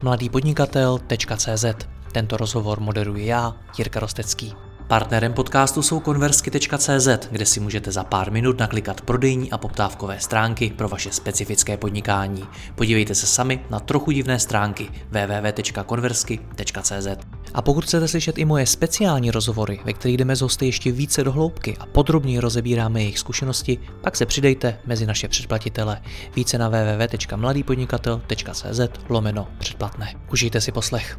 mladýpodnikatel.cz. Tento rozhovor moderuji já, Jirka Rostecký. Partnerem podcastu jsou konversky.cz, kde si můžete za pár minut naklikat prodejní a poptávkové stránky pro vaše specifické podnikání. Podívejte se sami na trochu divné stránky www.konversky.cz. A pokud chcete slyšet i moje speciální rozhovory, ve kterých jdeme s hosty ještě více do hloubky a podrobněji rozebíráme jejich zkušenosti, pak se přidejte mezi naše předplatitele. Více na www.mladýpodnikatel.cz/předplatné. Užijte si poslech.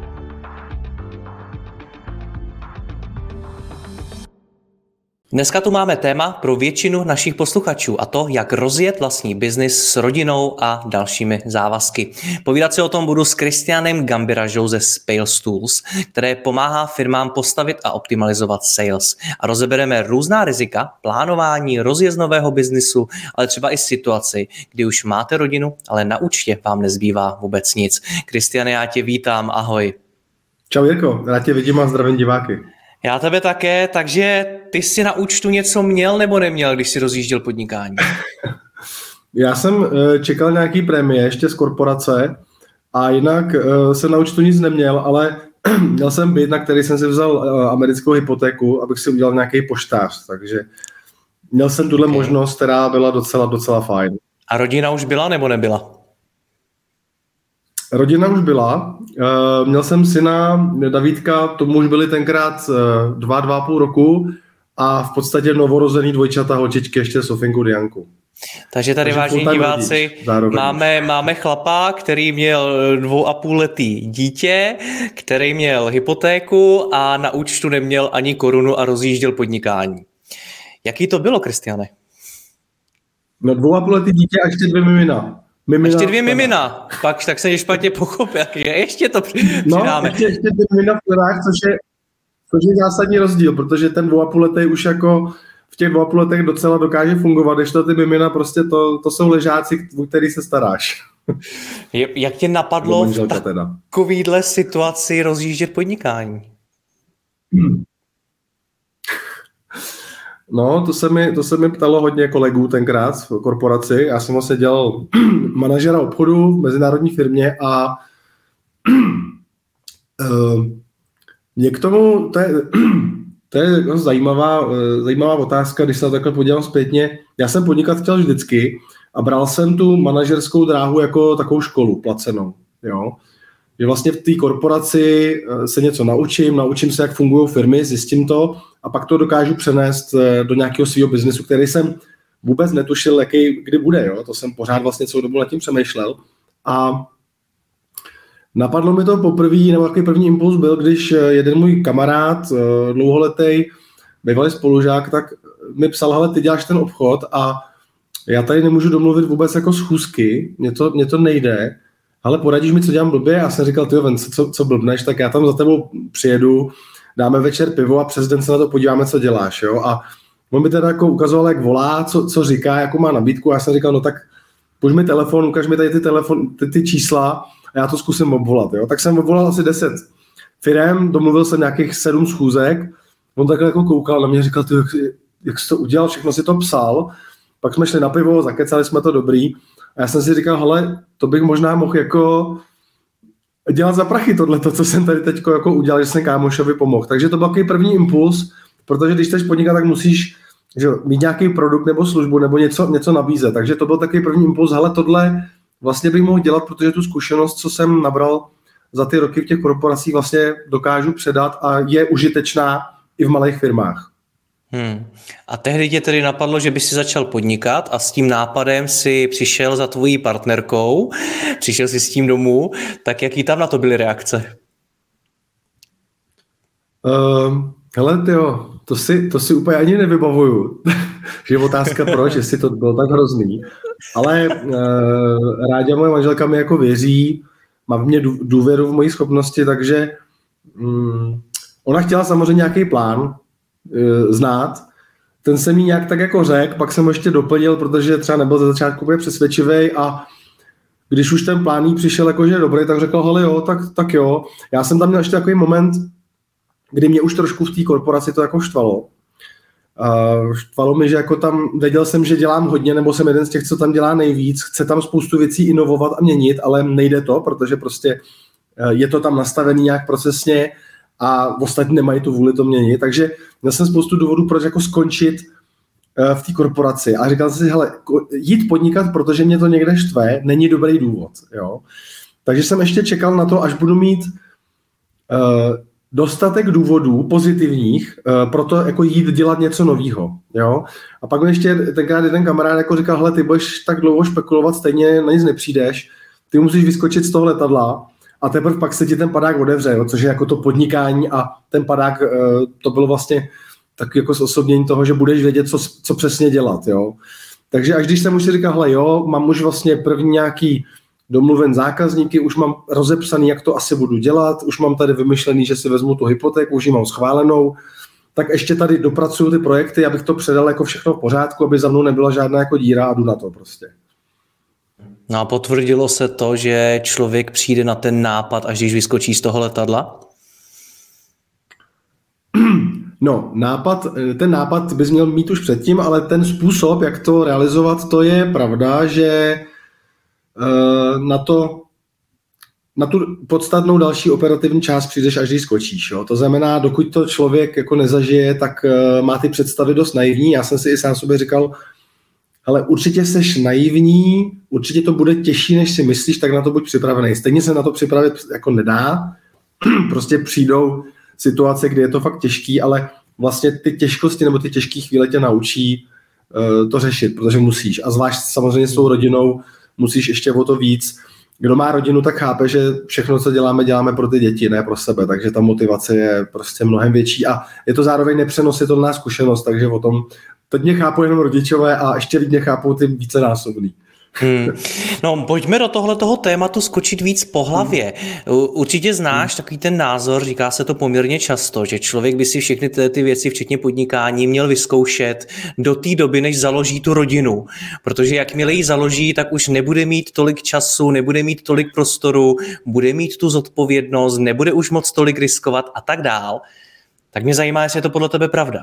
Dneska tu máme téma pro většinu našich posluchačů, a to, jak rozjet vlastní biznis s rodinou a dalšími závazky. Povídat si o tom budu s Kristianem Gambiražou ze Spales Tools, které pomáhá firmám postavit a optimalizovat sales. A rozebereme různá rizika, plánování, rozjezd nového biznisu, ale třeba i situaci, kdy už máte rodinu, ale na účtě vám nezbývá vůbec nic. Kristiane, já tě vítám, ahoj. Čau Jirko, rád tě vidím a zdravím diváky. Já tebe také, takže ty jsi na účtu něco měl nebo neměl, když jsi rozjížděl podnikání? Já jsem čekal nějaký prémie ještě z korporace a jinak jsem na účtu nic neměl, ale měl jsem byt, na který jsem si vzal americkou hypotéku, abych si udělal nějaký poštář, takže měl jsem tuhle možnost, která byla docela fajn. A rodina už byla nebo nebyla? Rodina už byla, měl jsem syna Davídka, tomu už byli tenkrát 2,5 roku a v podstatě novorozený dvojčata holčičky ještě Sofinku Dianku. Takže tady vážení diváci, máme chlapa, který měl 2,5letý dítě, který měl hypotéku a na účtu neměl ani korunu a rozjížděl podnikání. Jaký to bylo, Kristiane? No 2,5letý dítě a ještě 2 mimina. Ještě 2 mimina, pak tak se špatně pochopil, ještě to přidáme. No, ještě 2 mimina v plerách, což je zásadní rozdíl, protože ten 2,5letý už jako v těch 2,5 letech docela dokáže fungovat, když to ty mimina prostě to jsou ležáci, o který se staráš. Jak tě napadlo v takovýhle situaci rozjíždět podnikání? No, to se mi ptalo hodně kolegů tenkrát v korporaci. Já jsem vlastně dělal manažera obchodu v mezinárodní firmě a mě k tomu, to je zajímavá otázka, když se na takhle podívám zpětně. Já jsem podnikat chtěl vždycky a bral jsem tu manažerskou dráhu jako takovou školu placenou. Jo? Že vlastně v té korporaci se něco naučím se, jak fungují firmy, zjistím to a pak to dokážu přenést do nějakého svého biznesu, který jsem vůbec netušil, kdy bude. Jo? To jsem pořád vlastně celou dobu nad tím přemýšlel. A napadlo mi to poprvé, nebo takový první impuls byl, když jeden můj kamarád, dlouholetý, bývalý spolužák, tak mi psal, hele, ty děláš ten obchod a já tady nemůžu domluvit vůbec jako schůzky, mně to nejde, ale poradíš mi, co dělám blbě? Já jsem říkal, tyjo, co blbneš, tak já tam za tebou přijedu, dáme večer pivo a přes den se na to podíváme, co děláš. Jo? A on mi teda jako ukazoval, jak volá, co říká, jakou má nabídku. A já jsem říkal, no tak půjď mi telefon, ukaž mi tady ty čísla a já to zkusím obvolat. Jo? Tak jsem obvolal asi 10 firem, domluvil jsem nějakých 7 schůzek. On takhle jako koukal na mě a říkal, ty, jak jsi to udělal, všechno si to psal. Pak jsme šli na pivo, zakecali jsme to dobrý. A já jsem si říkal, hele, to bych možná mohl jako dělat za prachy tohleto, co jsem tady teď jako udělal, že jsem kámošovi pomohl. Takže to byl takový první impuls, protože když chceš podnikat, tak musíš mít nějaký produkt nebo službu nebo něco nabízet. Takže to byl takový první impuls, hele, tohle vlastně bych mohl dělat, protože tu zkušenost, co jsem nabral za ty roky v těch korporacích, vlastně dokážu předat a je užitečná i v malých firmách. A tehdy tě tedy napadlo, že by si začal podnikat a s tím nápadem si přišel za tvojí partnerkou, přišel si s tím domů, tak jaký tam na to byly reakce? Hele tyjo, to si úplně ani nevybavuju, že je otázka proč, jestli to bylo tak hrozný, ale Ráďa, moje manželka, mi jako věří, má v mě důvěru v mojí schopnosti, takže ona chtěla samozřejmě nějaký plán znát. Ten jsem jí nějak tak jako řekl, pak jsem ho ještě doplnil, protože třeba nebyl ze začátku úplně přesvědčivý a když už ten plán jí přišel jakože dobrý, tak řekl, hele jo, tak jo. Já jsem tam měl ještě takový moment, kdy mě už trošku v té korporaci to jako štvalo. Štvalo mi, že jako tam věděl jsem, že dělám hodně, nebo jsem jeden z těch, co tam dělá nejvíc, chce tam spoustu věcí inovovat a měnit, ale nejde to, protože prostě je to tam nastavený nějak procesně a ostatní nemají tu vůli to měnit, takže měl jsem spoustu důvodů, proč jako skončit v té korporaci a říkal jsem si, hele, jít podnikat, protože mě to někde štve, není dobrý důvod, jo. Takže jsem ještě čekal na to, až budu mít dostatek důvodů pozitivních pro to jako jít dělat něco novýho, jo. A pak mi ještě tenkrát jeden kamarád jako říkal, hele, ty budeš tak dlouho špekulovat, stejně na nic nepřijdeš, ty musíš vyskočit z toho letadla a teprve pak se ti ten padák otevře, jo, což je jako to podnikání a ten padák, to bylo vlastně tak jako zosobnění toho, že budeš vědět, co přesně dělat, jo. Takže až když jsem už si říkal, hele jo, mám už vlastně první nějaký domluven zákazníky, už mám rozepsaný, jak to asi budu dělat, už mám tady vymyšlený, že si vezmu tu hypotéku, už ji mám schválenou, tak ještě tady dopracuju ty projekty, abych to předal jako všechno v pořádku, aby za mnou nebyla žádná jako díra a jdu na to prostě. No a potvrdilo se to, že člověk přijde na ten nápad, až když vyskočí z toho letadla? No, ten nápad bys měl mít už předtím, ale ten způsob, jak to realizovat, to je pravda, že na tu podstatnou další operativní část přijdeš, až když skočíš. Jo? To znamená, dokud to člověk jako nezažije, tak má ty představy dost naivní. Já jsem si i sám sobě říkal, ale určitě seš naivní, určitě to bude těžší, než si myslíš, tak na to buď připravený. Stejně se na to připravit jako nedá. Prostě přijdou situace, kdy je to fakt těžký, ale vlastně ty těžkosti nebo ty těžké chvíle tě naučí to řešit, protože musíš. A zvlášť samozřejmě s tou rodinou musíš ještě o to víc. Kdo má rodinu, tak chápe, že všechno, co děláme pro ty děti, ne pro sebe, takže ta motivace je prostě mnohem větší a je to zároveň nepřenositelná zkušenost, takže o tom teď mě chápou jenom rodičové a ještě líp mě chápou ty vícenásobný. No, pojďme do tohletoho tématu skočit víc po hlavě. Určitě znáš takový ten názor, říká se to poměrně často, že člověk by si všechny ty věci, včetně podnikání, měl vyzkoušet do té doby, než založí tu rodinu. Protože jakmile ji založí, tak už nebude mít tolik času, nebude mít tolik prostoru, bude mít tu zodpovědnost, nebude už moc tolik riskovat a tak dál. Tak mě zajímá, jestli je to podle tebe pravda.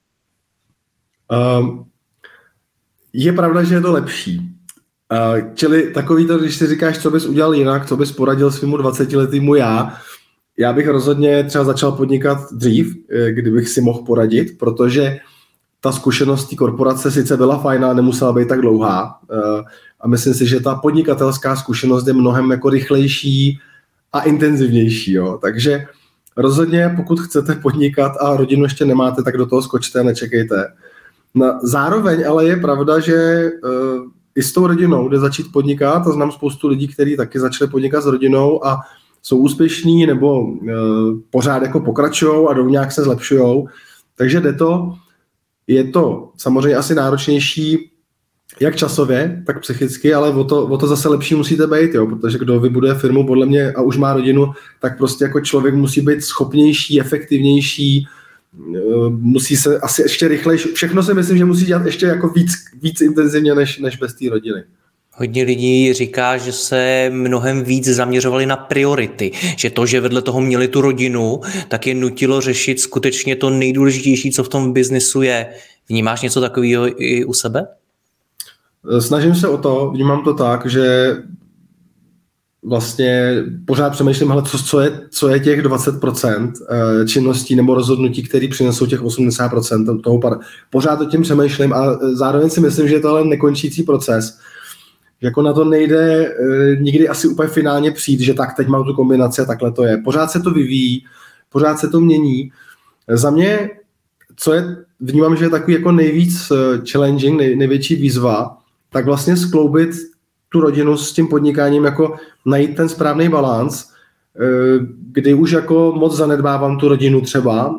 Je pravda, že je to lepší. Čili takový to, když si říkáš, co bys udělal jinak, co bys poradil svému 20letýmu já bych rozhodně třeba začal podnikat dřív, kdybych si mohl poradit, protože ta zkušenost té korporace sice byla fajná, nemusela být tak dlouhá a myslím si, že ta podnikatelská zkušenost je mnohem jako rychlejší a intenzivnější. Jo. Takže rozhodně, pokud chcete podnikat a rodinu ještě nemáte, tak do toho skočte a nečekejte. Zároveň ale je pravda, že i s tou rodinou jde začít podnikat a znám spoustu lidí, kteří taky začali podnikat s rodinou a jsou úspěšní nebo pořád jako pokračujou a jdou nějak se zlepšujou. Takže jde to. Je to samozřejmě asi náročnější jak časově, tak psychicky, ale o to zase lepší musíte být, jo, protože kdo vybuduje firmu podle mě a už má rodinu, tak prostě jako člověk musí být schopnější, efektivnější, musí se asi ještě rychlejší, všechno si myslím, že musí dělat ještě jako víc intenzivně než bez té rodiny. Hodně lidí říká, že se mnohem víc zaměřovali na priority, že to, že vedle toho měli tu rodinu, tak je nutilo řešit skutečně to nejdůležitější, co v tom biznesu je. Vnímáš něco takového i u sebe? Snažím se o to, vnímám to tak, že vlastně pořád přemýšlím, hele, co je těch 20% činností nebo rozhodnutí, které přinesou těch 80% toho pořád o tím přemýšlím a zároveň si myslím, že je to ale nekončící proces. Jako na to nejde nikdy asi úplně finálně přijít, že tak teď mám tu kombinaci a takhle to je. Pořád se to vyvíjí, pořád se to mění. Za mě, vnímám, že je takový jako nejvíc challenging, největší výzva, tak vlastně skloubit tu rodinu s tím podnikáním, jako najít ten správný balanc, kdy už jako moc zanedbávám tu rodinu třeba,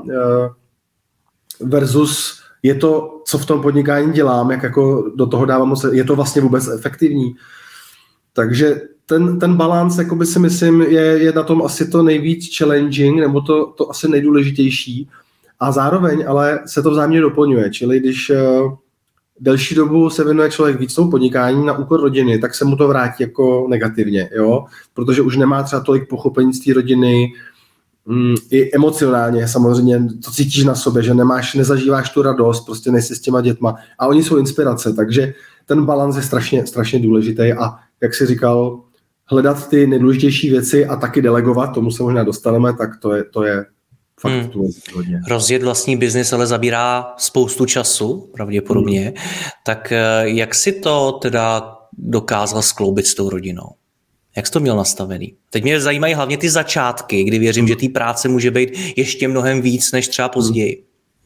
versus je to, co v tom podnikání dělám, jak jako do toho dávám moc, je to vlastně vůbec efektivní. Takže ten balanc, jako by si myslím, je na tom asi to nejvíc challenging, nebo to asi nejdůležitější. A zároveň ale se to vzájemně doplňuje, čili když delší dobu se věnuje člověk víc tomu podnikání na úkor rodiny, tak se mu to vrátí jako negativně, jo? Protože už nemá třeba tolik pochopení z té rodiny, i emocionálně samozřejmě to cítíš na sobě, že nezažíváš tu radost, prostě nejsi s těma dětma a oni jsou inspirace, takže ten balans je strašně důležitý a jak jsi říkal, hledat ty nejdůležitější věci a taky delegovat, tomu se možná dostaneme, tak to je fakt hodně. Rozjet vlastní biznis ale zabírá spoustu času, pravděpodobně. Tak jak si to teda dokázal skloubit s tou rodinou? Jak jsi to měl nastavený? Teď mě zajímají hlavně ty začátky, kdy věřím, že té práce může být ještě mnohem víc, než třeba později.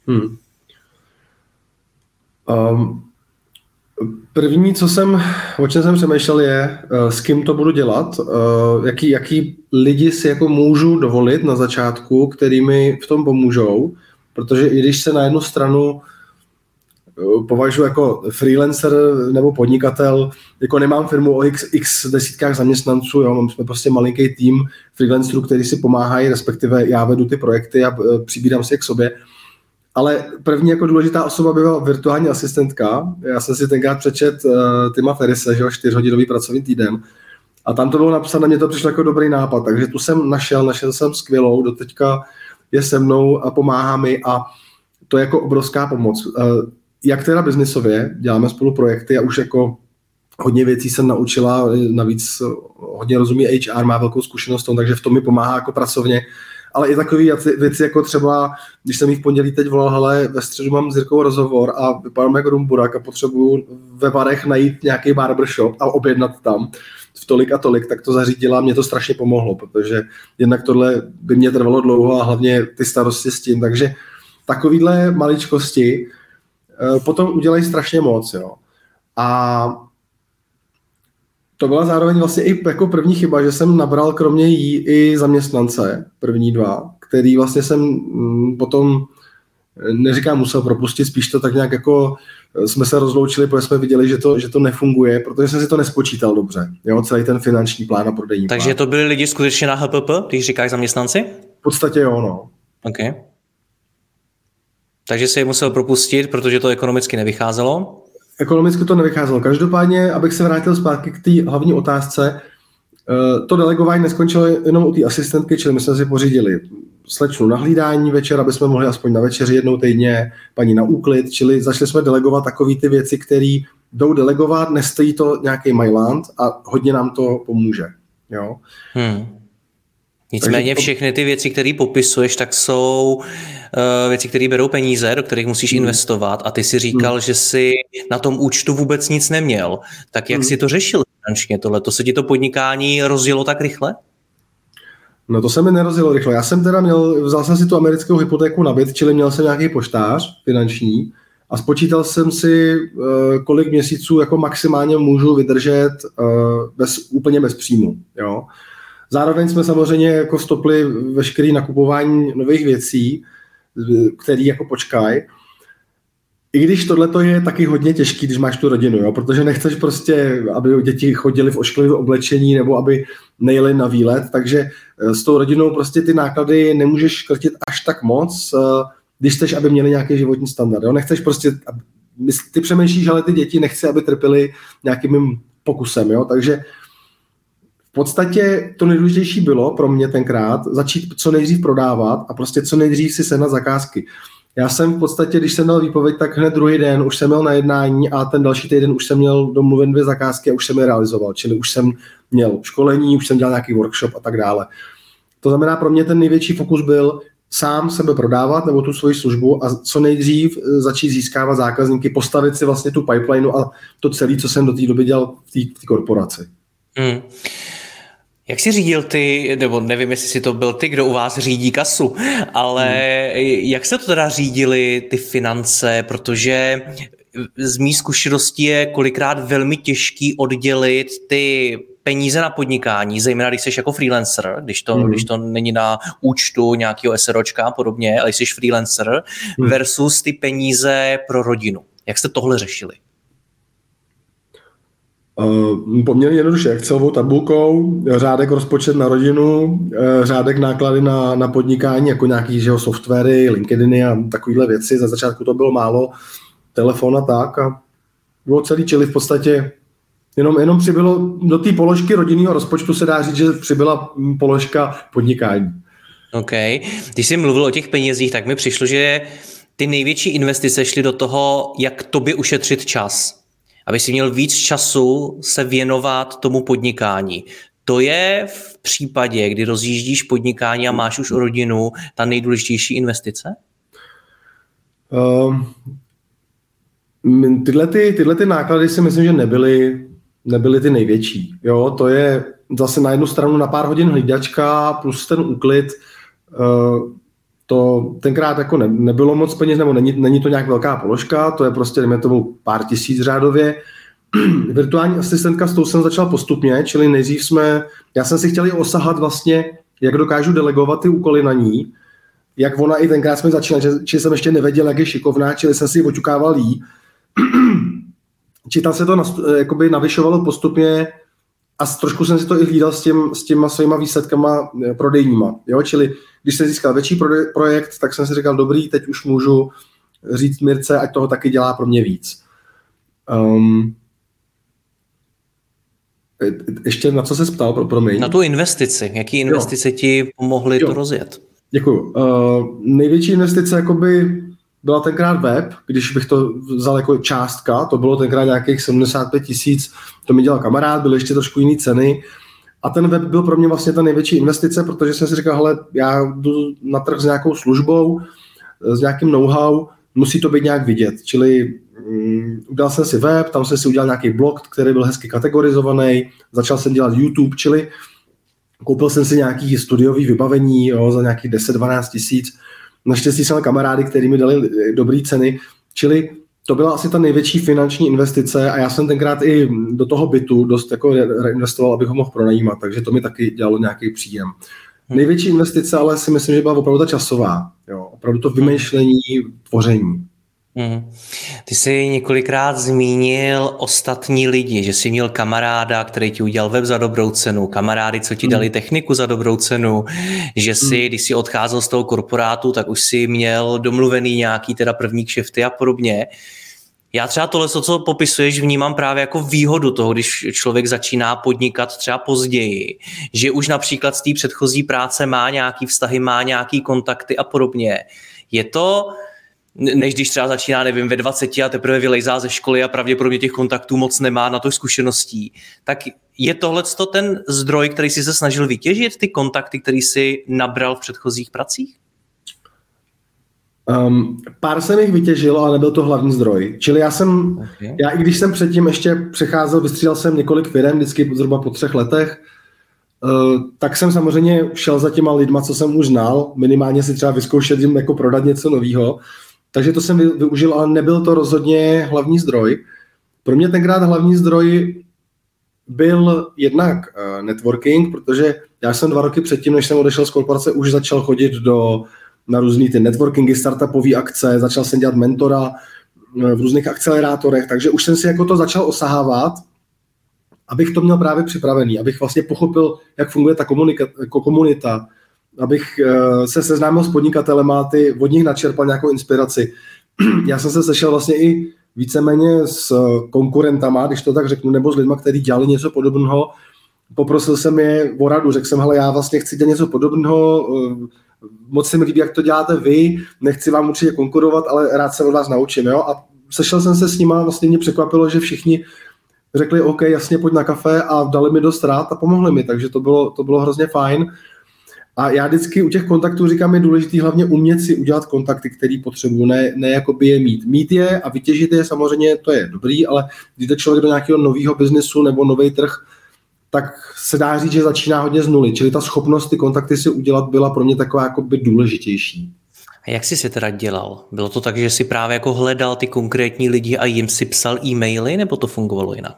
První, o čem jsem přemýšlel, je, s kým to budu dělat, jaký lidi si jako můžu dovolit na začátku, který mi v tom pomůžou, protože i když se na jednu stranu považuji jako freelancer nebo podnikatel, jako nemám firmu o x desítkách zaměstnanců, jo, jsme prostě malinký tým freelancerů, který si pomáhají, respektive já vedu ty projekty a přibírám si je k sobě. Ale první jako důležitá osoba byla virtuální asistentka. Já jsem si tenkrát přečet Tima Ferrise, že jo, 4hodinový pracovní týden. A tam to bylo napsané, mě to přišlo jako dobrý nápad. Takže tu jsem našel jsem skvělou, doteďka je se mnou a pomáhá mi a to je jako obrovská pomoc. Jak teda biznisově, děláme spolu projekty a už jako hodně věcí jsem naučila, navíc hodně rozumí HR, má velkou zkušenost, takže v tom mi pomáhá jako pracovně. Ale i takové věci, jako třeba, když jsem jí v pondělí teď volal, hele, ve středu mám s Jirkou rozhovor a vypadám jako rumburak a potřebuju ve Varech najít nějaký barbershop a objednat tam v tolik a tolik, tak to zařídila a mě to strašně pomohlo, protože jednak tohle by mě trvalo dlouho a hlavně ty starosti s tím, takže takovýhle maličkosti potom udělají strašně moc, jo. A to byla zároveň vlastně i jako první chyba, že jsem nabral kromě jí i zaměstnance, první dva, který vlastně jsem potom, neříkám musel propustit, spíš to tak nějak jako jsme se rozloučili, protože jsme viděli, že to nefunguje, protože jsem si to nespočítal dobře, jo, celý ten finanční plán a prodejní plán. Takže to byli lidi skutečně na HPP, když říkáš zaměstnanci? V podstatě jo, no. OK. Takže si je musel propustit, protože to ekonomicky nevycházelo? Ekonomicky to nevycházelo. Každopádně, abych se vrátil zpátky k té hlavní otázce, to delegování neskončilo jenom u té asistentky, čili my jsme si pořídili slečnu na hlídání večer, aby jsme mohli aspoň na večeři jednou týdně, paní na úklid, čili začali jsme delegovat takové ty věci, které jdou delegovat, nestojí to nějaký majland a hodně nám to pomůže. Jo? Nicméně všechny ty věci, které popisuješ, tak jsou věci, které berou peníze, do kterých musíš investovat a ty si říkal, že jsi na tom účtu vůbec nic neměl. Tak jak jsi to řešil finančně tohle? To se ti to podnikání rozjelo tak rychle? No to se mi nerozjelo rychle. Já jsem teda vzal jsem si tu americkou hypotéku na byt, čili měl jsem nějaký poštář finanční a spočítal jsem si, kolik měsíců jako maximálně můžu vydržet úplně bez příjmu. Jo? Zároveň jsme samozřejmě jako stopli veškeré nakupování nových věcí, které jako počkají. I když tohle je taky hodně těžký, když máš tu rodinu, jo? Protože nechceš prostě, aby děti chodili v ošklivém oblečení nebo aby nejeli na výlet, takže s tou rodinou prostě ty náklady nemůžeš škrtit až tak moc, když chceš, aby měli nějaký životní standard. Jo? Nechceš prostě, ty přemýšlíš, ale ty děti nechci, aby trpěly nějakým mým pokusem, jo? Takže v podstatě to nejdůležitější bylo pro mě tenkrát začít co nejdřív prodávat a prostě co nejdřív si sehnat zakázky. Já jsem v podstatě, když jsem měl výpověď, tak hned druhý den už jsem měl na jednání a ten další týden už jsem měl domluven 2 zakázky a už jsem je realizoval. Čili už jsem měl školení, už jsem dělal nějaký workshop a tak dále. To znamená, pro mě ten největší fokus byl sám sebe prodávat nebo tu svoji službu a co nejdřív začít získávat zákazníky, postavit si vlastně tu pipeline a to celé, co jsem do té doby dělal v té korporaci. Jak jsi řídil ty, nebo nevím, jestli si to byl ty, kdo u vás řídí kasu, ale jak se to teda řídili ty finance, protože z mý zkušenosti je kolikrát velmi těžký oddělit ty peníze na podnikání, zejména když jsi jako freelancer, když to není na účtu nějakého SROčka a podobně, ale jsi freelancer, versus ty peníze pro rodinu. Jak jste tohle řešili? Poměrně jednoduše, Excelovou tabulkou, řádek rozpočet na rodinu, řádek náklady na podnikání, jako nějaký softwary, LinkedIny a takovéhle věci. Za začátku to bylo málo, telefon a tak a bylo celý, čili v podstatě jenom přibylo do té položky rodinného rozpočtu se dá říct, že přibyla položka podnikání. OK. Když jsi mluvil o těch penězích, tak mi přišlo, že ty největší investice šly do toho, jak tobě ušetřit čas. Aby si měl víc času se věnovat tomu podnikání. To je v případě, kdy rozjíždíš podnikání a máš už rodinu, ta nejdůležitější investice? Tyhle ty náklady si myslím, že nebyly ty největší. Jo, to je zase na jednu stranu na pár hodin hlídačka plus ten úklid. To tenkrát jako nebylo moc peněz, nebo není to nějak velká položka, to je prostě, dejme tomu, pár tisíc řádově. Virtuální asistentka, s tou jsem začal postupně, čili nejdřív já jsem si chtěl i osahat vlastně, jak dokážu delegovat ty úkoly na ní, jak ona i tenkrát jsme začínali, že jsem ještě nevěděl, jak je šikovná, čili jsem si ji oťukával jí. Či tam se to jakoby navyšovalo postupně a trošku jsem si to i hlídal s těma svýma výsledkama prodejníma. Jo? Čili když jsem získal větší projekt, tak jsem si říkal, dobrý, teď už můžu říct Mirce, ať toho taky dělá pro mě víc. Ještě na co se ptal, promiň? Na tu investici. Jaký investice ti pomohly to rozjet? Děkuju. Největší investice jakoby byla tenkrát web, když bych to vzal jako částka, to bylo tenkrát nějakých 75 000, to mi dělal kamarád, byly ještě trošku jiný ceny a ten web byl pro mě vlastně ta největší investice, protože jsem si říkal, hele, já jdu na trh s nějakou službou, s nějakým know-how, musí to být nějak vidět, čili udělal jsem si web, tam jsem si udělal nějaký blog, který byl hezky kategorizovaný, začal jsem dělat YouTube, čili koupil jsem si nějaký studiový vybavení, jo, za nějakých 10-12 tisíc. Naštěstí jsem kamarády, který mi dali dobré ceny, čili to byla asi ta největší finanční investice a já jsem tenkrát i do toho bytu dost jako reinvestoval, abych ho mohl pronajímat, takže to mi taky dělalo nějaký příjem. Největší investice ale si myslím, že byla opravdu ta časová, jo, opravdu to vymýšlení, tvoření. Ty jsi několikrát zmínil ostatní lidi, že jsi měl kamaráda, který ti udělal web za dobrou cenu, kamarády, co ti dali techniku za dobrou cenu, že jsi, když jsi odcházel z toho korporátu, tak už jsi měl domluvený nějaký teda první kšefty a podobně. Já třeba tohle, co popisuješ, vnímám právě jako výhodu toho, když člověk začíná podnikat třeba později, že už například z té předchozí práce má nějaký vztahy, má nějaký kontakty a podobně. Je to, než když třeba začíná, nevím, ve 20 a teprve vylejzá ze školy a pravděpodobně těch kontaktů moc nemá na to zkušeností, tak je tohleto ten zdroj, který jsi se snažil vytěžit, ty kontakty, který jsi nabral v předchozích pracích? Pár jsem jich vytěžil, ale nebyl to hlavní zdroj. Čili já i když jsem předtím ještě přecházel, vystřídal jsem několik firem, vždycky zhruba po 3 letech, tak jsem samozřejmě šel za těma lidma, co jsem už znal, minimálně si třeba vyzkoušet jim jako prodat něco nového. Takže to jsem využil, ale nebyl to rozhodně hlavní zdroj. Pro mě tenkrát hlavní zdroj byl jednak networking, protože já jsem 2 roky předtím, než jsem odešel z korporace, už začal chodit na různý ty networkingy, startupové akce, začal jsem dělat mentora v různých akcelerátorech, takže už jsem si jako to začal osahávat, abych to měl právě připravený, abych vlastně pochopil, jak funguje ta komunita, abych se seznámil s podnikatelema, od nich načerpal nějakou inspiraci. Já jsem se sešel vlastně i víceméně s konkurentama, když to tak řeknu, nebo s lidma, kteří dělali něco podobného. Poprosil jsem je o radu, řekl jsem, hele, já vlastně chci dělat něco podobného, moc se mi líbí, jak to děláte vy, nechci vám určitě konkurovat, ale rád se od vás naučím. Jo? A sešel jsem se s nima, vlastně mě překvapilo, že všichni řekli, OK, jasně, pojď na kafe a dali mi dost rád a pomohli mi, takže to bylo hrozně fajn. A já vždycky u těch kontaktů říkám, je důležitý hlavně umět si udělat kontakty, který potřebuji, ne jakoby je mít. Mít je a vytěžit je samozřejmě, to je dobrý, ale když jde člověk do nějakého nového biznesu nebo nový trh, tak se dá říct, že začíná hodně z nuly. Čili ta schopnost ty kontakty si udělat byla pro mě taková jakoby důležitější. A jak jsi se teda dělal? Bylo to tak, že jsi právě jako hledal ty konkrétní lidi a jim si psal e-maily, nebo to fungovalo jinak?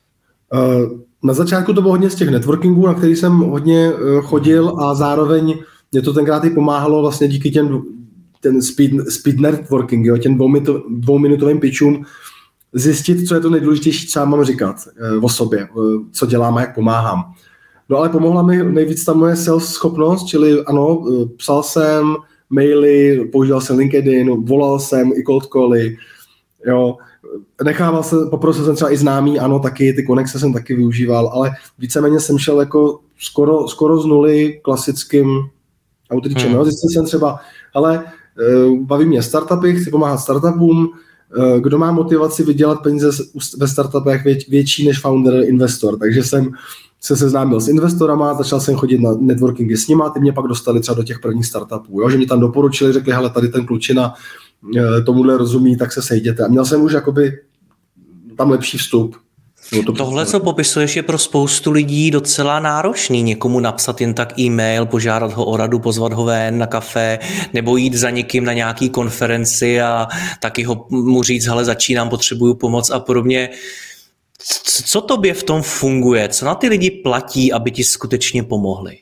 Na začátku to bylo hodně z těch networkingů, na který jsem hodně chodil a zároveň mě to tenkrát i pomáhalo vlastně díky ten speed networking, jo, těm 2minutovým pitchům zjistit, co je to nejdůležitější, co já mám říkat o sobě, co dělám a jak pomáhám. No ale pomohla mi nejvíc ta moje sales schopnost, čili ano, psal jsem maily, používal jsem LinkedIn, volal jsem i cold cally, jo, poprosil jsem třeba i známý, ano, taky, ty konexe jsem taky využíval, ale víceméně jsem šel jako skoro z nuly klasickým outreachem. Zjistil jsem třeba, ale baví mě startupy, chci pomáhat startupům, kdo má motivaci vydělat peníze ve startupech větší než founder, investor. Takže jsem se seznámil s investorama, začal jsem chodit na networkingy s nima, ty mě pak dostali třeba do těch prvních startupů, jo? Že mě tam doporučili, řekli, hele, tady ten klučina tomuhle rozumí, tak se sejděte. A měl jsem už jakoby tam lepší vstup. Tohle, co popisuješ, je pro spoustu lidí docela náročný. Někomu napsat jen tak e-mail, požádat ho o radu, pozvat ho ven na kafe, nebo jít za někým na nějaký konferenci a taky mu říct, hele, začínám, potřebuju pomoc a podobně. Co tobě v tom funguje? Co na ty lidi platí, aby ti skutečně pomohli?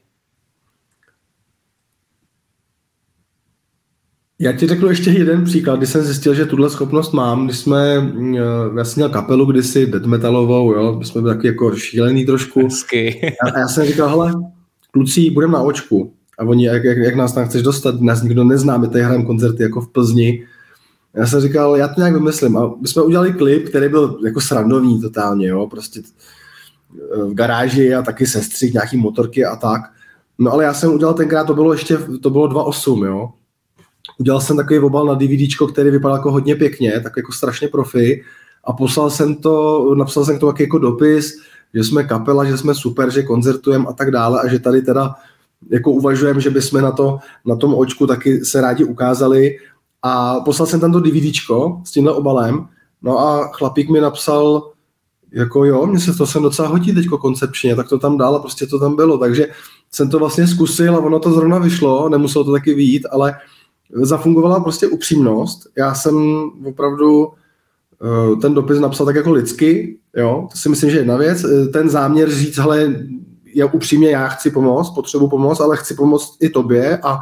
Já ti řeknu ještě jeden příklad, kdy jsem zjistil, že tuhle schopnost mám, když já jsem měl kapelu kdysi death metalovou, jo, my jsme byli taky jako šílený trošku. A já jsem říkal, hele, kluci, budeme na očku. A oni, jak nás tam chceš dostat, nás nikdo nezná, my tady hrajeme koncerty jako v Plzni. Já jsem říkal, já to nějak vymyslím. A my jsme udělali klip, který byl jako srandovní totálně, jo, prostě v garáži a taky sestřih, nějaký motorky a tak. No ale já jsem udělal tenkrát, to bylo 2.8, jo. Udělal jsem takový obal na DVDčko, který vypadal jako hodně pěkně, tak jako strašně profi a napsal jsem k tomu jako dopis, že jsme kapela, že jsme super, že koncertujeme a tak dále a že tady teda jako uvažujeme, že bychom na tom očku taky se rádi ukázali a poslal jsem tam to DVDčko s tímhle obalem, no a chlapík mi napsal jako jo, mně se to sem docela hodí teďko koncepčně, tak to tam dál a prostě to tam bylo, takže jsem to vlastně zkusil a ono to zrovna vyšlo, nemuselo to taky vyjít, ale zafungovala prostě upřímnost. Já jsem opravdu ten dopis napsal tak jako lidsky, jo, to si myslím, že je jedna věc. Ten záměr říct, hele, já upřímně, já chci pomoct, potřebuji pomoct, ale chci pomoct i tobě a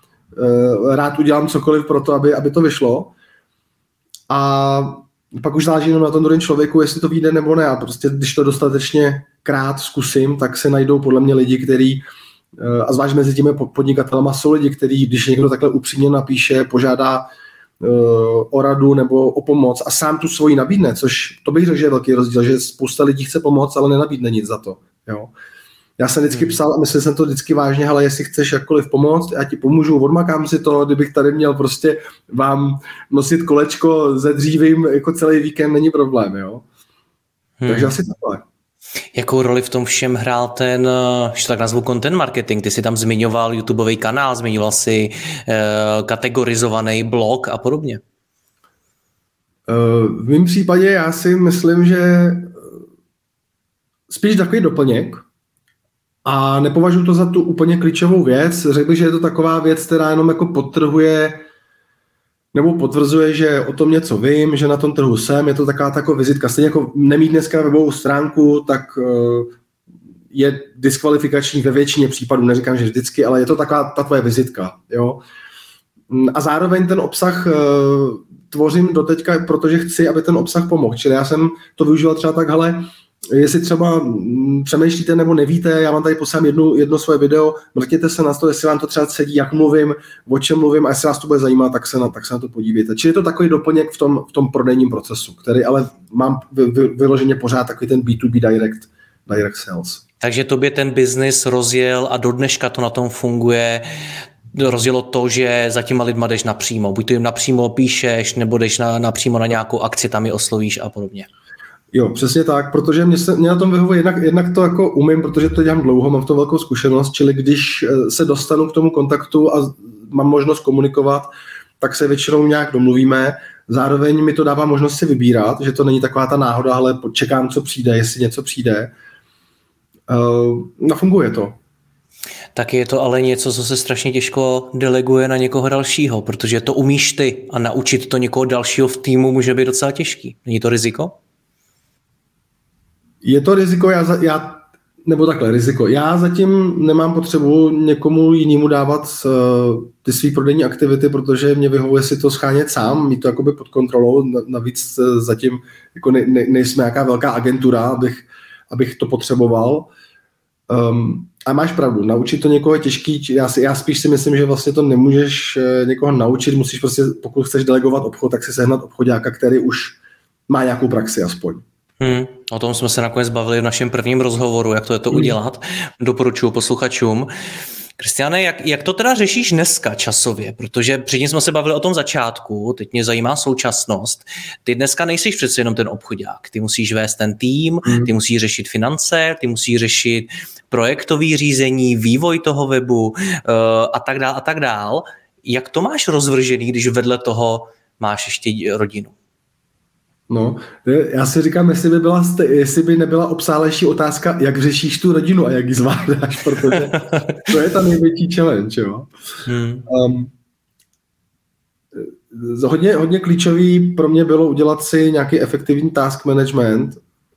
rád udělám cokoliv pro to, aby to vyšlo. A pak už záleží jenom na tom druhém člověku, jestli to vyjde nebo ne. A prostě, když to dostatečně krát zkusím, tak se najdou podle mě lidi, kteří a zvlášť mezi těmi podnikatelama jsou lidi, kteří, když někdo takhle upřímně napíše, požádá o radu nebo o pomoc a sám tu svoji nabídne, což to bych řekl, že je velký rozdíl, že spousta lidí chce pomoct, ale nenabídne nic za to. Jo. Já jsem vždycky psal a myslel jsem to vždycky vážně, ale jestli chceš jakkoliv pomoct, já ti pomůžu, odmakám si to, kdybych tady měl prostě vám nosit kolečko ze dřívím jako celý víkend, není problém. Jo. Takže asi takhle. Jakou roli v tom všem hrál ten, že tak nazvu, content marketing? Ty jsi tam zmiňoval YouTubeový kanál, zmiňoval si kategorizovaný blog a podobně. V mém případě já si myslím, že spíš takový doplněk a nepovažuji to za tu úplně klíčovou věc. Řekl bych, že je to taková věc, která jenom jako podtrhuje nebo potvrzuje, že o tom něco vím, že na tom trhu jsem, je to taková vizitka. Stejně jako nemít dneska webovou stránku, tak je diskvalifikační ve většině případů, neříkám, že vždycky, ale je to taková ta tvoje vizitka. Jo? A zároveň ten obsah tvořím doteďka, protože chci, aby ten obsah pomohl. Čili já jsem to využíval třeba tak, hele, jestli třeba přemýšlíte nebo nevíte, já vám tady poslám jedno svoje video, mrkněte se na to, jestli vám to třeba sedí, jak mluvím, o čem mluvím a jestli vás to bude zajímat, tak se na to podívejte. Čili je to takový doplněk v tom prodejním procesu, který ale mám vyloženě pořád takový ten B2B direct sales. Takže tobě ten biznis rozjel a do dneška to na tom funguje. Rozjelo to, že za těma lidma jdeš napřímo. Buď to jim napřímo píšeš, nebo jdeš napřímo na nějakou akci, tam je oslovíš a podobně. Jo, přesně tak, protože mě na tom vyhovuje, jednak to jako umím, protože to dělám dlouho, mám v tom velkou zkušenost, čili když se dostanu k tomu kontaktu a mám možnost komunikovat, tak se většinou nějak domluvíme. Zároveň mi to dává možnost si vybírat, že to není taková ta náhoda, ale čekám, co přijde, jestli něco přijde. Funguje to. Tak je to ale něco, co se strašně těžko deleguje na někoho dalšího, protože to umíš ty a naučit to někoho dalšího v týmu může být docela těžký. Není to riziko? Je to riziko, riziko. Já zatím nemám potřebu někomu jinému dávat ty svý prodejní aktivity, protože mě vyhovuje si to schánět sám, mít to jakoby pod kontrolou, navíc zatím jako nejsme nějaká velká agentura, abych to potřeboval. A máš pravdu, naučit to někoho je těžký, já spíš si myslím, že vlastně to nemůžeš někoho naučit, musíš prostě, pokud chceš delegovat obchod, tak si sehnat obchodáka, který už má nějakou praxi aspoň. O tom jsme se nakonec bavili v našem prvním rozhovoru, jak to je to udělat. Doporučuji posluchačům. Kristiane, jak to teda řešíš dneska časově? Protože předtím jsme se bavili o tom začátku, teď mě zajímá současnost. Ty dneska nejsiš přece jenom ten obchodák. Ty musíš vést ten tým, ty musíš řešit finance, ty musíš řešit projektový řízení, vývoj toho webu a tak dál. Jak to máš rozvržený, když vedle toho máš ještě rodinu? No, já si říkám, jestli by nebyla obsáhlejší otázka, jak řešíš tu rodinu a jak ji zvládáš, protože to je ta největší challenge. Jo? Hodně klíčový pro mě bylo udělat si nějaký efektivní task management,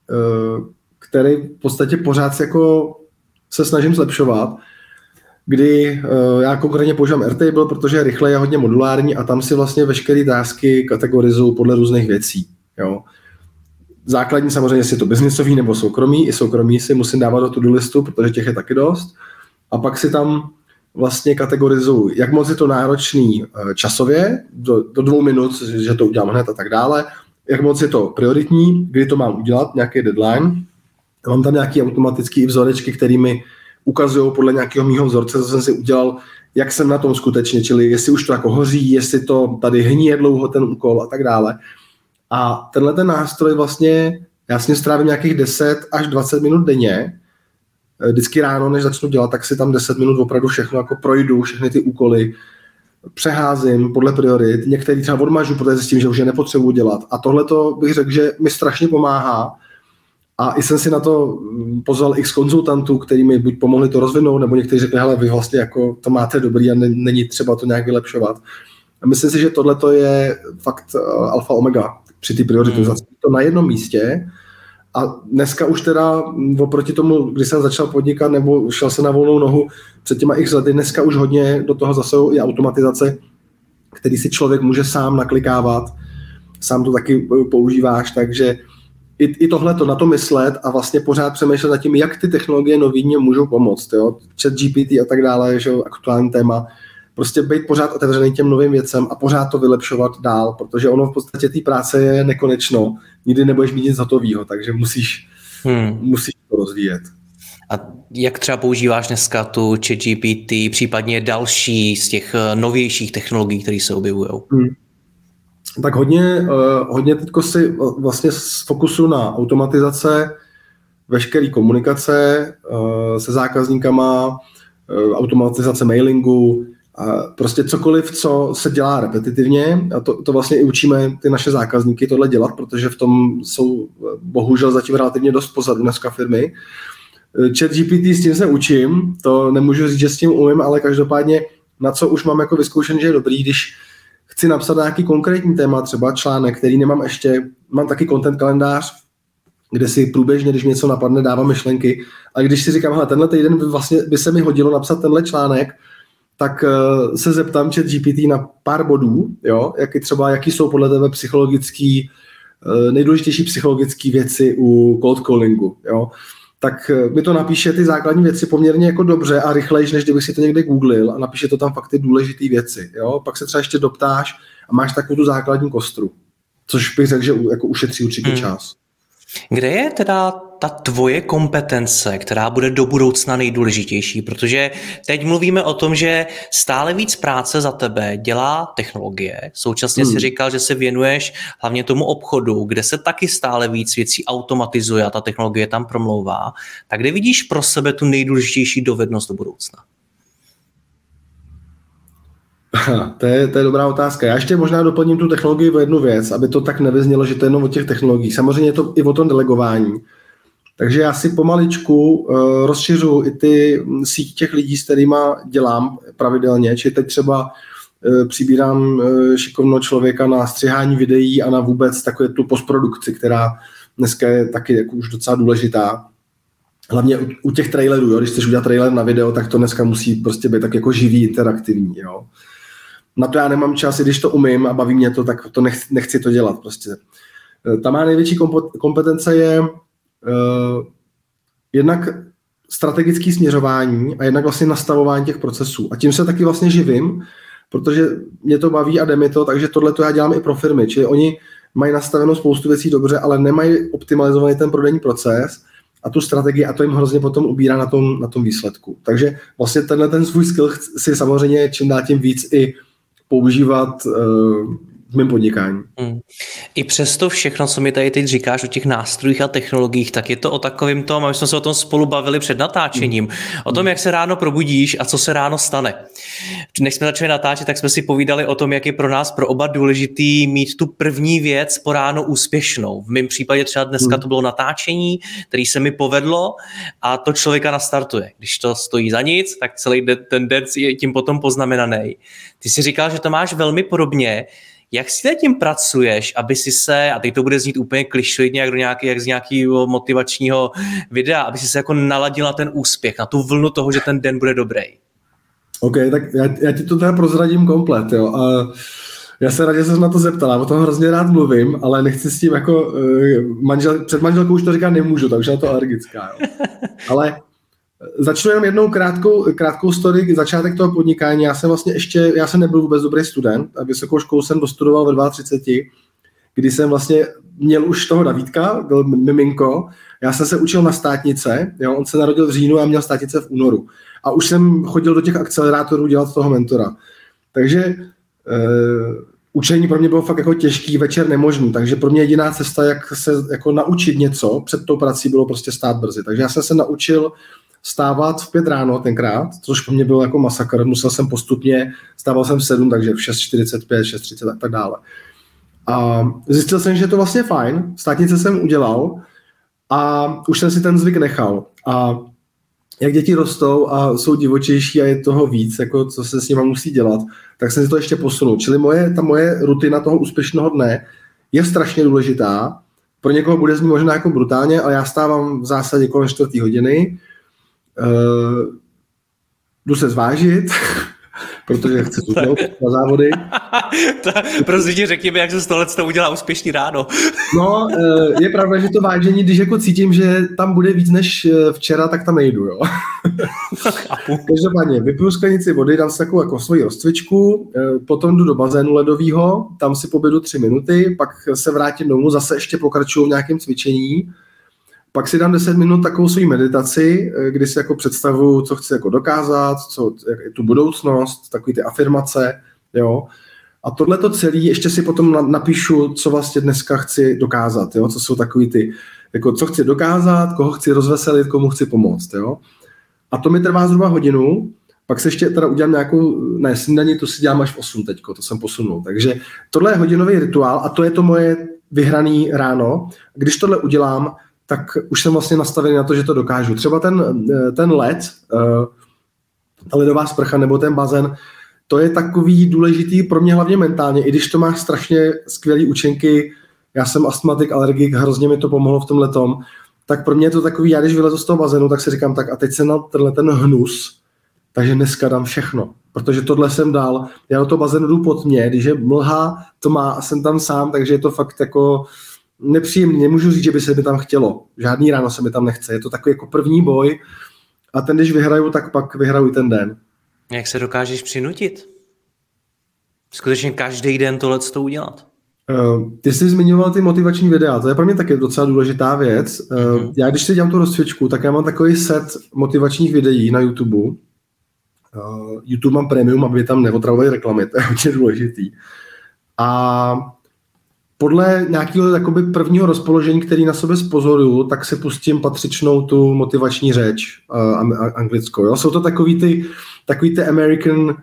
který v podstatě pořád se snažím zlepšovat, kdy já konkrétně používám Airtable, protože rychle je hodně modulární a tam si vlastně veškeré tasky kategorizuju podle různých věcí. Jo. Základní samozřejmě, jestli je to biznisový nebo soukromý, i soukromý si musím dávat do to-do listu, protože těch je taky dost. A pak si tam vlastně kategorizuju, jak moc je to náročný časově, do 2 minut, že to udělám hned a tak dále, jak moc je to prioritní, kdy to mám udělat, nějaký deadline. Mám tam nějaký automatický i vzorečky, který mi ukazují podle nějakého mýho vzorce, co jsem si udělal, jak jsem na tom skutečně, čili jestli už to jako hoří, jestli to tady hníje dlouho ten úkol a tak dále. A tenhle ten nástroj vlastně, já s ním strávím nějakých 10 až 20 minut denně. Vždycky ráno, než začnu dělat, tak si tam 10 minut opravdu všechno jako projdu, všechny ty úkoly, přeházím podle priorit, některý třeba odmažu, protože zjistím, že už je nepotřebuji dělat. A tohle to bych řekl, že mi strašně pomáhá. A i jsem si na to pozval x konzultantů, kteří mi buď pomohli to rozvinout, nebo někteří řekli, hele, vy vlastně jako to máte dobrý a není třeba to nějak vylepšovat. A myslím si, že tohle je fakt alfa omega při té prioritizaci. To na jednom místě. A dneska už teda oproti tomu, když jsem začal podnikat nebo šel se na volnou nohu před těma x lety, dneska už hodně do toho zasahují i automatizace, který si člověk může sám naklikávat, sám to taky používáš, takže i tohleto na to myslet a vlastně pořád přemýšlet nad tím, jak ty technologie nový mě můžou pomoct. Jo? ChatGPT a tak dále, že aktuální téma. Prostě být pořád otevřený těm novým věcem a pořád to vylepšovat dál, protože ono v podstatě té práce je nekonečno. Nikdy nebudeš mít nic hotovýho, takže musíš to rozvíjet. A jak třeba používáš dneska tu ChatGPT, případně další z těch novějších technologií, které se objevují? Tak hodně teďko si vlastně fokusu na automatizace, veškerý komunikace se zákazníkama, automatizace mailingu, a prostě cokoliv, co se dělá repetitivně, a to vlastně i učíme ty naše zákazníky tohle dělat, protože v tom jsou bohužel zatím relativně dost pozadu dneska firmy. ChatGPT s tím se učím, to nemůžu říct, že s tím umím, ale každopádně na co už mám jako vyzkoušen, že je dobrý, když chci napsat nějaký konkrétní téma, třeba článek, který nemám ještě, mám taky content kalendář, kde si průběžně, když něco napadne, dávám myšlenky, a když si říkám, hele, tenhle týden by se mi hodilo napsat tenhle článek, tak se zeptám ChatGPT na pár bodů, jo, jaký jsou podle tebe nejdůležitější psychologické věci u cold callingu, jo. Tak mi to napíše ty základní věci poměrně jako dobře a rychlejš, než kdybych si to někde googlil, a napíše to tam fakt ty důležité věci, jo. Pak se třeba ještě doptáš a máš takovou tu základní kostru, což bych řekl, že jako ušetří určitě čas. Kde je teda ta tvoje kompetence, která bude do budoucna nejdůležitější? Protože teď mluvíme o tom, že stále víc práce za tebe dělá technologie. Současně si říkal, že se věnuješ hlavně tomu obchodu, kde se taky stále víc věcí automatizuje a ta technologie tam promlouvá. Tak kde vidíš pro sebe tu nejdůležitější dovednost do budoucna? To je dobrá otázka. Já ještě možná doplním tu technologii o jednu věc, aby to tak nevyznělo, že to je jenom o těch technologiích. Samozřejmě je to i o tom delegování. Takže já si pomaličku rozšiřuju i ty síť těch lidí, s kterými dělám pravidelně. Či teď třeba přibírám šikovného člověka na střihání videí a na vůbec takové tu postprodukci, která dneska je taky jako už docela důležitá. Hlavně u těch trailerů, jo? Když chceš udělat trailer na video, tak to dneska musí prostě být tak jako živý, interaktivní. Jo? Na to já nemám čas, i když to umím a baví mě to, tak to nechci to dělat. Prostě. Ta má největší kompetence je jednak strategické směřování a jednak vlastně nastavování těch procesů. A tím se taky vlastně živím, protože mě to baví a jde mi to, takže tohle to já dělám i pro firmy. Čili oni mají nastavenou spoustu věcí dobře, ale nemají optimalizovaný ten prodejní proces a tu strategii a to jim hrozně potom ubírá na tom výsledku. Takže vlastně ten svůj skill si samozřejmě čím dál tím víc i používat v mém podnikání. I přesto všechno, co mi tady teď říkáš o těch nástrojích a technologiích, tak je to o takovém tom, a my jsme se o tom spolu bavili před natáčením, o tom, jak se ráno probudíš a co se ráno stane. Než jsme začali natáčet, tak jsme si povídali o tom, jak je pro nás, pro oba důležitý mít tu první věc po ráno úspěšnou. V mém případě třeba dneska to bylo natáčení, který se mi povedlo a to člověka nastartuje. Když to stojí za nic, tak celý ten den je tím potom poznamenaný. Ty si říkal, že to máš velmi podobně. Jak si tím pracuješ, aby si se, a teď to bude znít úplně klišoidně, jak z nějakého motivačního videa, aby si se jako naladil na ten úspěch, na tu vlnu toho, že ten den bude dobrý? OK, tak já ti to teda prozradím komplet, jo. A já se rád, že jsem na to zeptal, já o tom hrozně rád mluvím, ale nechci s tím jako, před manželkou už to říkat nemůžu, takže je to alergická, jo. Ale začnu jenom jednou krátkou story, začátek toho podnikání. Já jsem nebyl vůbec dobrý student a vysokou školu jsem dostudoval ve 32, kdy jsem vlastně měl už toho Davídka, byl miminko. Já jsem se učil na státnice, jo, on se narodil v říjnu a měl státnice v únoru. A už jsem chodil do těch akcelerátorů dělat toho mentora. Takže učení pro mě bylo fakt jako těžký, večer nemožný, takže pro mě jediná cesta, jak se jako naučit něco před tou prací, bylo prostě stát brzy. Takže já jsem se naučil stávat v 5 ráno tenkrát, což pro mě byl jako masakr, musel jsem postupně, stával jsem v 7, takže v 6:45, 6:30 a tak dále. A zjistil jsem, že je to vlastně fajn, státnice jsem udělal a už jsem si ten zvyk nechal. A jak děti rostou a jsou divočejší a je toho víc, jako co se s nima musí dělat, tak jsem si to ještě posunul. Čili ta moje rutina toho úspěšného dne je strašně důležitá. Pro někoho bude znít možná jako brutálně, ale já stávám v zásadě kolem 4 hodiny, jdu se zvážit, protože chci zůstnout na závody. Prosím tě, řekni mi, jak se z tohle udělá úspěšný ráno. No, je pravda, že to vážení, když jako cítím, že tam bude víc než včera, tak tam nejdu, jo. Každopádně, vypiju sklenici vody, dám si takovou jako svoji rozcvičku, potom jdu do bazénu ledového, tam si pobědu 3 minuty, pak se vrátím domů, zase ještě pokračuju v nějakém cvičení. Pak si dám 10 minut takovou svou meditaci, kdy si jako představuju, co chci jako dokázat, tu budoucnost, takový ty afirmace, jo. A tohleto celé ještě si potom napíšu, co vlastně dneska chci dokázat, jo. Co jsou takový ty, jako co chci dokázat, koho chci rozveselit, komu chci pomoct, jo. A to mi trvá zhruba hodinu, pak se ještě teda udělám nějakou, snídaní, to si dělám až v 8 teďko, to jsem posunul. Takže tohle je hodinový rituál a to je to moje vyhraný ráno. Když tohle udělám, tak už jsem vlastně nastavený na to, že to dokážu. Třeba ten led, ta ledová sprcha nebo ten bazén, to je takový důležitý pro mě hlavně mentálně, i když to má strašně skvělý účinky, já jsem astmatik, alergik, hrozně mi to pomohlo v tomhletom, tak pro mě je to takový, já když vylezu z toho bazénu, tak si říkám, tak a teď jsem na ten hnus, takže dneska dám všechno, protože tohle jsem dal, já do toho bazénu jdu pod mě, když je mlha, to má a jsem tam sám, takže je to fakt jako nepříjemný, nemůžu říct, že by se mi tam chtělo. Žádný ráno se mi tam nechce. Je to takový jako první boj a ten, když vyhraju, tak pak vyhraju ten den. Jak se dokážeš přinutit? Skutečně každý den tohleto udělat? Ty jsi zmiňoval ty motivační videa, to je pro mě taky docela důležitá věc. Já když si dělám tu rozcvičku, tak já mám takový set motivačních videí na YouTube. YouTube mám premium, aby tam neotravovali reklamy, to je hodně důležitý. A podle nějakého jakoby prvního rozpoložení, který na sobě spozoruju, tak si pustím patřičnou tu motivační řeč anglickou. Jo? Jsou to takový ty American,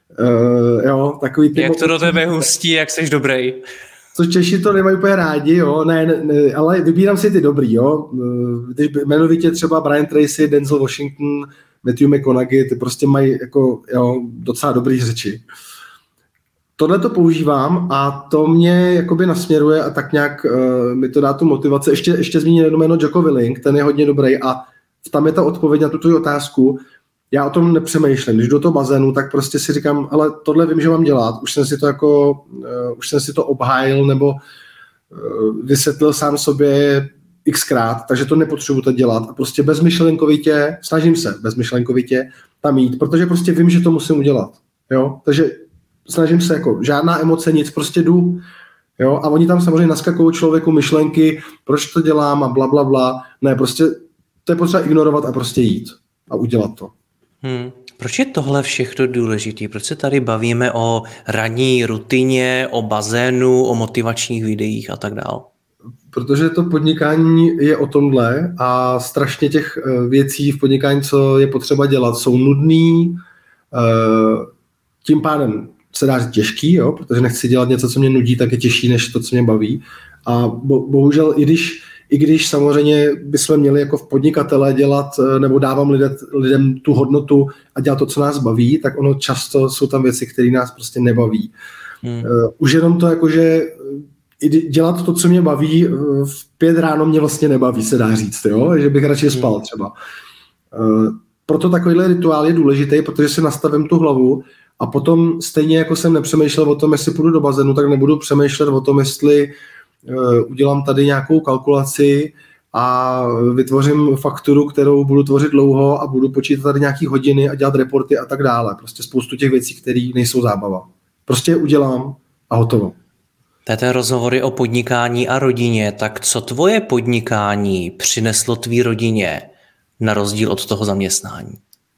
jo, takový ty... Jak to do tebe hustí, jak jsi dobrý. Co Češi to nemají úplně rádi, jo, ne, ale vybírám si ty dobrý, jo. Když jmenovitě třeba Brian Tracy, Denzel Washington, Matthew McConaughey, ty prostě mají jako, jo, docela dobrý řeči. Tohle to používám a to mě jakoby nasměruje a tak nějak mi to dá tu motivaci. Ještě zmíním jedno jméno Jocko Willink, ten je hodně dobrý a tam je ta odpověď na tuto otázku. Já o tom nepřemýšlím. Když do toho bazénu, tak prostě si říkám, ale tohle vím, že mám dělat. Už jsem si to obhájil nebo vysvětlil sám sobě xkrát, takže to nepotřebuji to dělat. A prostě bezmyšlenkovitě, snažím se bezmyšlenkovitě tam jít, protože prostě vím, že to musím udělat. Jo? Takže snažím se jako žádná emoce, nic, prostě jdu. Jo? A oni tam samozřejmě naskakují člověku myšlenky, proč to dělám a bla, bla, bla. Ne, prostě to je potřeba ignorovat a prostě jít a udělat to. Proč je tohle všechno důležité? Proč se tady bavíme o ranní rutině, o bazénu, o motivačních videích a tak dále? Protože to podnikání je o tomhle a strašně těch věcí v podnikání, co je potřeba dělat, jsou nudný, tím pádem se dá říct těžký, jo? Protože nechci dělat něco, co mě nudí, tak je těžší než to, co mě baví. A bohužel, i když samozřejmě bychom měli jako v podnikatele dělat, nebo dávám lidem tu hodnotu a dělat to, co nás baví, tak ono často jsou tam věci, které nás prostě nebaví. Už jenom to jakože dělat to, co mě baví, v 5 ráno mě vlastně nebaví, se dá říct, jo? Že bych radši spal třeba. Proto takovýhle rituál je důležitý, protože si nastavím tu hlavu a potom stejně jako jsem nepřemýšlel o tom, jestli půjdu do bazénu, tak nebudu přemýšlet o tom, jestli udělám tady nějakou kalkulaci a vytvořím fakturu, kterou budu tvořit dlouho a budu počítat tady nějaký hodiny a dělat reporty a tak dále. Prostě spoustu těch věcí, které nejsou zábava. Prostě je udělám a hotovo. To je ten rozhovory o podnikání a rodině. Tak co tvoje podnikání přineslo tvý rodině na rozdíl od toho zaměstnání?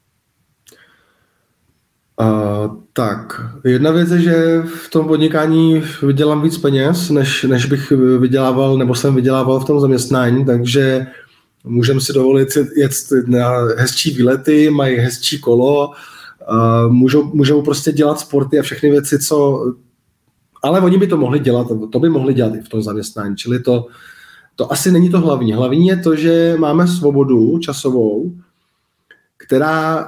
Tak, jedna věc je, že v tom podnikání vydělám víc peněz, než bych vydělával, nebo jsem vydělával v tom zaměstnání, takže můžeme si dovolit jet na hezčí výlety, mají hezčí kolo, můžou prostě dělat sporty a všechny věci, co... Ale oni by to mohli dělat, to by mohli dělat i v tom zaměstnání, čili to asi není to hlavní. Hlavní je to, že máme svobodu časovou, která...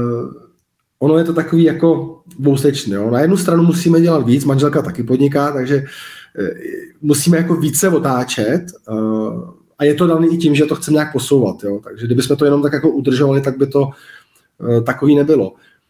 Ono je to takový jako dvousečný. Na jednu stranu musíme dělat víc, manželka taky podniká, takže musíme jako více otáčet a je to dané i tím, že to chceme nějak posouvat. Jo? Takže kdybychom to jenom tak jako udržovali, tak by to takový nebylo.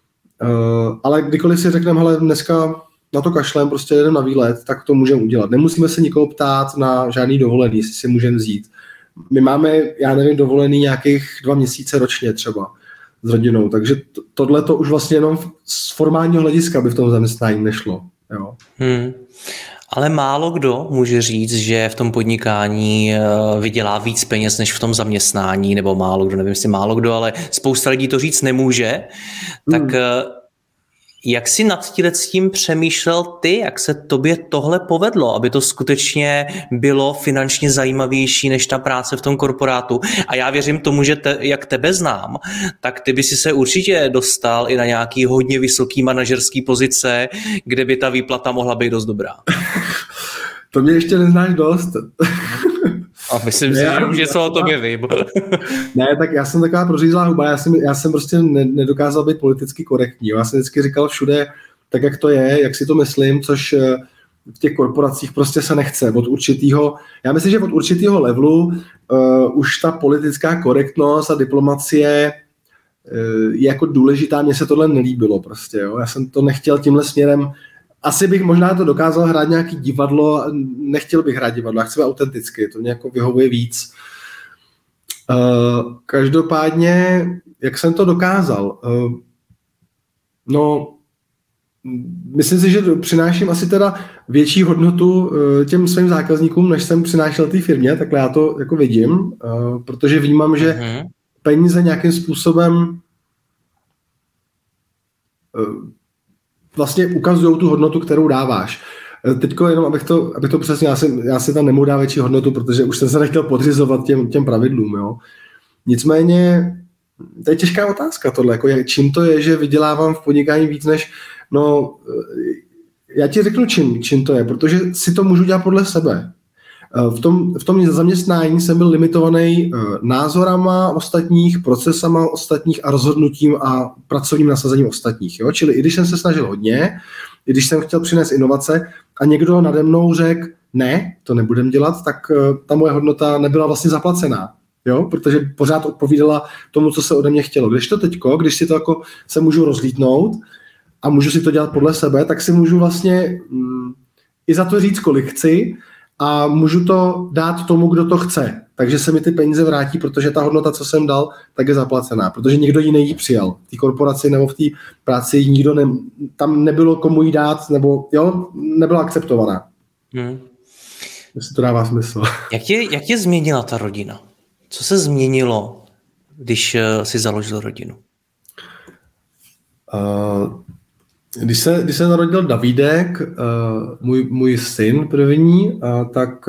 Ale kdykoliv si řekneme, hele, dneska na to kašlem, prostě jedeme na výlet, tak to můžeme udělat. Nemusíme se nikoho ptát na žádný dovolený, jestli si můžeme vzít. My máme, já nevím, dovolený nějakých 2 měsíce ročně třeba s rodinou, takže tohle to už vlastně jenom z formálního hlediska by v tom zaměstnání nešlo. Jo. Ale málo kdo může říct, že v tom podnikání vydělá víc peněz než v tom zaměstnání, nebo málo kdo, nevím, jestli málo kdo, ale spousta lidí to říct nemůže. Tak jak jsi nad tím přemýšlel ty, jak se tobě tohle povedlo, aby to skutečně bylo finančně zajímavější než ta práce v tom korporátu? A já věřím tomu, že jak tebe znám, tak ty by si se určitě dostal i na nějaký hodně vysoký manažerský pozice, kde by ta výplata mohla být dost dobrá. To mě ještě neznáš dost. A myslím si, že se o tobě vím. Ne, tak já jsem taková prořízlá huba, já jsem prostě nedokázal být politicky korektní. Já jsem vždycky říkal všude, tak jak to je, jak si to myslím, což v těch korporacích prostě se nechce. Já myslím, že od určitého levelu už ta politická korektnost a diplomacie je jako důležitá, mně se tohle nelíbilo prostě. Jo. Já jsem to nechtěl tímhle směrem. Asi bych možná to dokázal hrát nějaký divadlo, nechtěl bych hrát divadlo, já chci být autentický, to mě jako vyhovuje víc. Každopádně, jak jsem to dokázal? Myslím si, že přináším asi teda větší hodnotu těm svým zákazníkům, než jsem přinášel té firmě, takhle já to jako vidím, protože vnímám, že peníze nějakým způsobem vlastně ukazují tu hodnotu, kterou dáváš. Teďko jenom, abych to přesně, já si tam nemůžu dát větší hodnotu, protože už jsem se nechtěl podřizovat těm pravidlům. Jo. Nicméně, to je těžká otázka tohle, jako čím to je, že vydělávám v podnikání víc než, já ti řeknu čím to je, protože si to můžu dělat podle sebe. V tom zaměstnání jsem byl limitovaný názorama ostatních, procesama ostatních a rozhodnutím a pracovním nasazením ostatních. Jo? Čili i když jsem se snažil hodně, i když jsem chtěl přinést inovace a někdo nade mnou řekl, ne, to nebudem dělat, tak ta moje hodnota nebyla vlastně zaplacená. Jo? Protože pořád odpovídala tomu, co se ode mě chtělo. Když si to jako se můžu rozlítnout a můžu si to dělat podle sebe, tak si můžu vlastně i za to říct, kolik chci, a můžu to dát tomu, kdo to chce. Takže se mi ty peníze vrátí, protože ta hodnota, co jsem dal, tak je zaplacená. Protože někdo jiný ji přijal. V té korporaci nebo v té práci nikdo tam nebylo komu jí dát, nebo nebyla akceptovaná. Jestli to dává smysl. Jak tě změnila ta rodina? Co se změnilo když si založil rodinu? Když se narodil Davídek, můj syn první, tak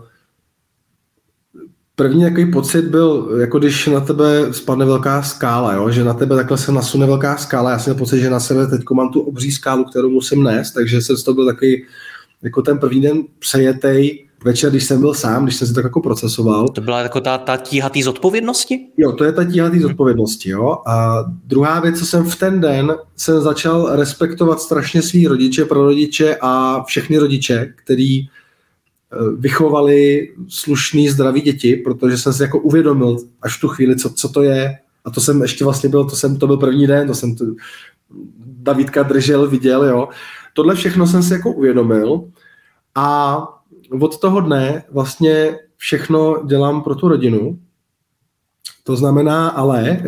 první takový pocit byl, jako když na tebe spadne velká skála, jo? Že na tebe takhle se nasune velká skála. Já jsem měl pocit, že na sebe teď mám tu obří skálu, kterou musím nést, takže jsem z toho byl takový, jako ten první den přejetej večer, když jsem byl sám, když jsem si tak jako procesoval. To byla jako ta tíha té zodpovědnosti? Jo, to je ta tíha té zodpovědnosti, jo. A druhá věc, co jsem v ten den, jsem začal respektovat strašně svý rodiče, prarodiče a všechny rodiče, který vychovali slušný, zdravý děti, protože jsem si jako uvědomil až v tu chvíli, co to je. A to jsem ještě vlastně to byl první den, to jsem Davídka držel, viděl, jo. Tohle všechno jsem si jako uvědomil a od toho dne vlastně všechno dělám pro tu rodinu. To znamená ale,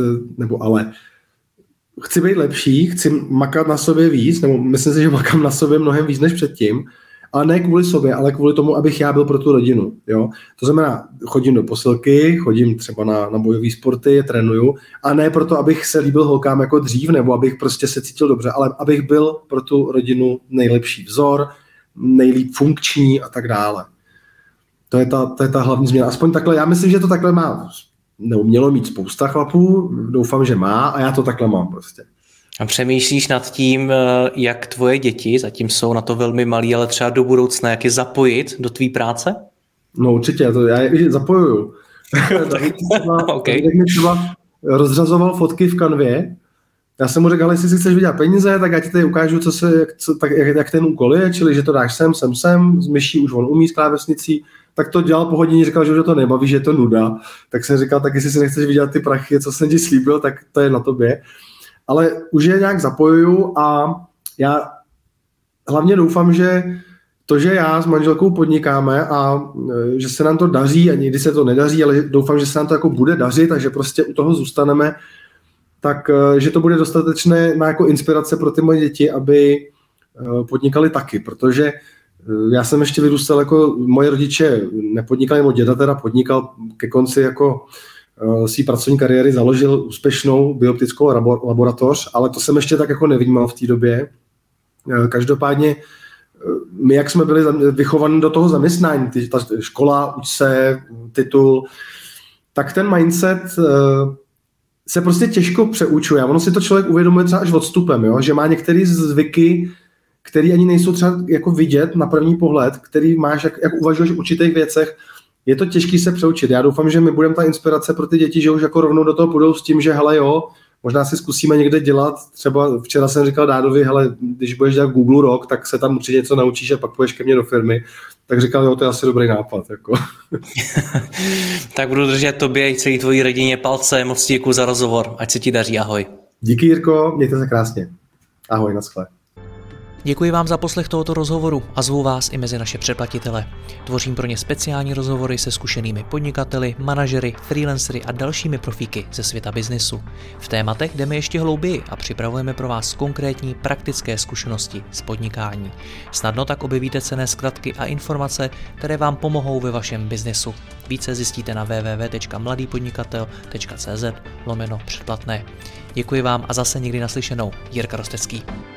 chci být lepší, chci makat na sobě víc, nebo myslím si, že makám na sobě mnohem víc než předtím, ale ne kvůli sobě, ale kvůli tomu, abych já byl pro tu rodinu. Jo? To znamená, chodím do posilky, chodím třeba na bojové sporty, trénuju, a ne proto, abych se líbil holkám jako dřív, nebo abych prostě se cítil dobře, ale abych byl pro tu rodinu nejlepší vzor, nejlíp funkční a tak dále. To je ta hlavní změna. Aspoň takhle, já myslím, že to takhle má, nebo mělo mít spousta chlapů, doufám, že má, a já to takhle mám prostě. A přemýšlíš nad tím, jak tvoje děti, zatím jsou na to velmi malí, ale třeba do budoucna, jak je zapojit do tvý práce? No určitě, to já je zapojuju. David mi třeba rozřazoval fotky v kanvě. Já jsem mu řekl, jestli si chceš vydělat peníze, tak já ti tady ukážu, jak ten úkol je, čili že to dáš sem, z myší už on umí s klávesnicí, tak to dělal po hodině, říkal, že to nebaví, že je to nuda. Tak jsem říkal, tak jestli si nechceš vydělat ty prachy, co jsem ti slíbil, tak to je na tobě. Ale už je nějak zapojuju a já hlavně doufám, že to, že já s manželkou podnikáme a že se nám to daří a někdy se to nedaří, ale doufám, že se nám to jako bude dařit, takže prostě u toho zůstaneme, tak že to bude dostatečné na jako inspirace pro ty moje děti, aby podnikali taky, protože já jsem ještě vyrůstal jako moje rodiče nepodnikali, můj děda teda podnikal ke konci jako svý pracovní kariéry, založil úspěšnou bioptickou laboratoř, ale to jsem ještě tak jako nevnímal v té době. Každopádně my, jak jsme byli vychovaní do toho zaměstnání, ta škola, uč se, titul, tak ten mindset se prostě těžko přeučuje. Ono si to člověk uvědomuje třeba až odstupem, jo? Že má některé zvyky, které ani nejsou třeba jako vidět na první pohled, který máš, jak uvažuješ v určitých věcech, je to těžký se přeučit. Já doufám, že my budeme ta inspirace pro ty děti, že už jako rovnou do toho půjdou s tím, že hele jo, možná si zkusíme někde dělat, třeba včera jsem říkal Dádovi, hele, když budeš dělat Google rok, tak se tam určitě něco naučíš a pak půjdeš ke mně do firmy. Tak říkal, jo, to je asi dobrý nápad. Jako. Tak budu držet tobě i celý tvojí rodině palce, moc ti děkuju za rozhovor, ať se ti daří, ahoj. Díky, Jirko, mějte se krásně. Ahoj, naschle. Děkuji vám za poslech tohoto rozhovoru a zvu vás i mezi naše předplatitele. Tvořím pro ně speciální rozhovory se zkušenými podnikateli, manažery, freelancery a dalšími profíky ze světa biznisu. V tématech jdeme ještě hlouběji a připravujeme pro vás konkrétní praktické zkušenosti z podnikání. Snadno tak objevíte cenné zkratky a informace, které vám pomohou ve vašem biznesu. Více zjistíte na www.mladýpodnikatel.cz/předplatné. Děkuji vám a zase někdy naslyšenou. Jirka Rostecký.